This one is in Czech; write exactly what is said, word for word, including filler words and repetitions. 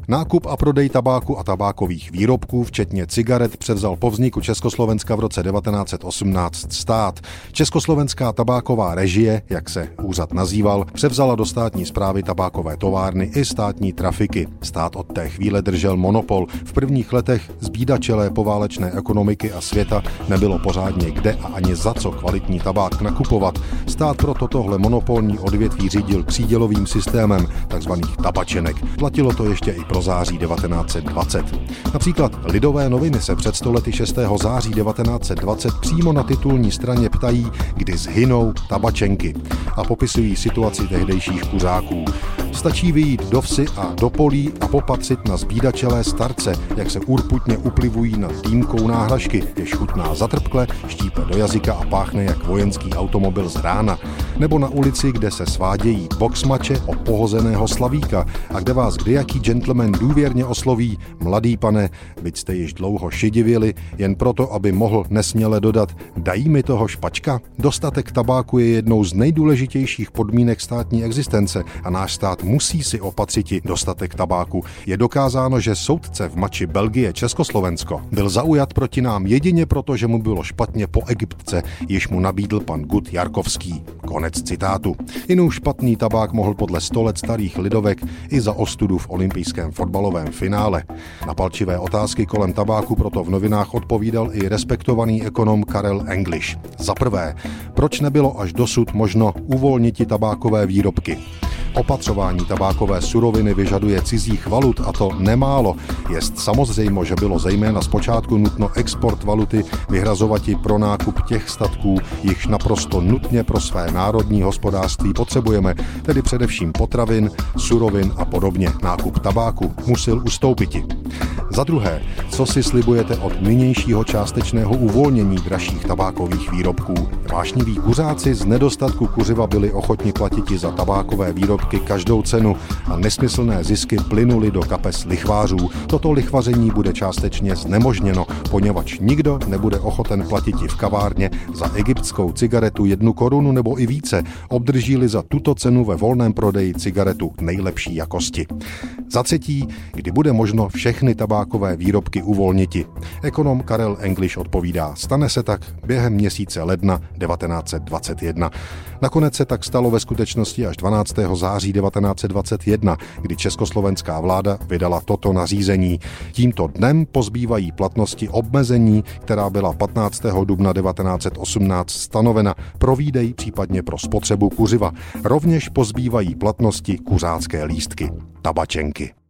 Nákup a prodej tabáku a tabákových výrobků, včetně cigaret, převzal po vzniku Československa v roce devatenáct set osmnáct stát. Československá tabáková režie, jak se úřad nazýval, převzala do státní správy tabákové továrny i státní trafiky. Stát od té chvíle držel monopol. V prvních letech zbídačelé poválečné ekonomiky a světa nebylo pořádně kde a ani za co kvalitní tabák nakupovat. Stát proto tohle monopolní odvětví řídil přídělovým systémem takzvaných tabačenek. Platilo to ještě i pro září devatenáct set dvacet. Například Lidové noviny se před sto lety šestého září devatenáct set dvacet přímo na titulní straně ptají, kdy zhynou tabačenky a popisují situaci tehdejších kuřáků. Stačí vyjít do vsi a do polí a popatřit na zbídačelé starce, jak se urputně uplivují nad dýmkou náhražky, jež chutná zatrpkle, štípe do jazyka a páchne jak vojenský automobil z rána. Nebo na ulici, kde se svádějí boxmače o pohozeného slavíka a kde vás kdejaký gentleman důvěrně osloví: mladý pane, byť jste již dlouho šidivěli, jen proto, aby mohl nesměle dodat: dají mi toho špačka? Dostatek tabáku je jednou z nejdůležitějších podmínek státní existence a náš stát musí si opatřiti dostatek tabáku. Je dokázáno, že soudce v mači Belgie Československo byl zaujat proti nám jedině proto, že mu bylo špatně po Egyptce, jež mu nabídl pan Gut Jarkovský. Konec citátu. Jinou špatný tabák mohl podle sto let starých lidovek i za ostudu v olympijském fotbalovém finále. Na palčivé otázky kolem tabáku proto v novinách odpovídal i respektovaný ekonom Karel English. Za prvé, proč nebylo až dosud možno uvolniti tabákové výrobky? Opatřování tabákové suroviny vyžaduje cizích valut, a to nemálo. Jest samozřejmo, že bylo zejména zpočátku nutno export valuty vyhrazovati pro nákup těch statků, jichž naprosto nutně pro své národní hospodářství potřebujeme, tedy především potravin, surovin a podobně. Nákup tabáku musil ustoupiti. Za druhé, co si slibujete od nynějšího částečného uvolnění dražších tabákových výrobků? Vášniví kuřáci z nedostatku kuřiva byli ochotni platiti za tabákové výrobky každou cenu a nesmyslné zisky plynuly do kapes lichvářů. Toto lichvaření bude částečně znemožněno, poněvadž nikdo nebude ochoten platiti v kavárně za egyptskou cigaretu jednu korunu nebo i více, obdrží-li za tuto cenu ve volném prodeji cigaretu nejlepší jakosti. Za třetí, kdy bude možno všechny tabákové výrobky uvolniti? Ekonom Karel English odpovídá: stane se tak během měsíce ledna devatenáct set dvacet jedna. Nakonec se tak stalo ve skutečnosti až dvanáctého září devatenáct set dvacet jedna, kdy československá vláda vydala toto nařízení. Tímto dnem pozbývají platnosti obmezení, která byla patnáctého dubna devatenáct set osmnáct stanovena pro výdej, případně pro spotřebu kuřiva. Rovněž pozbývají platnosti kuřácké lístky, tabačenky.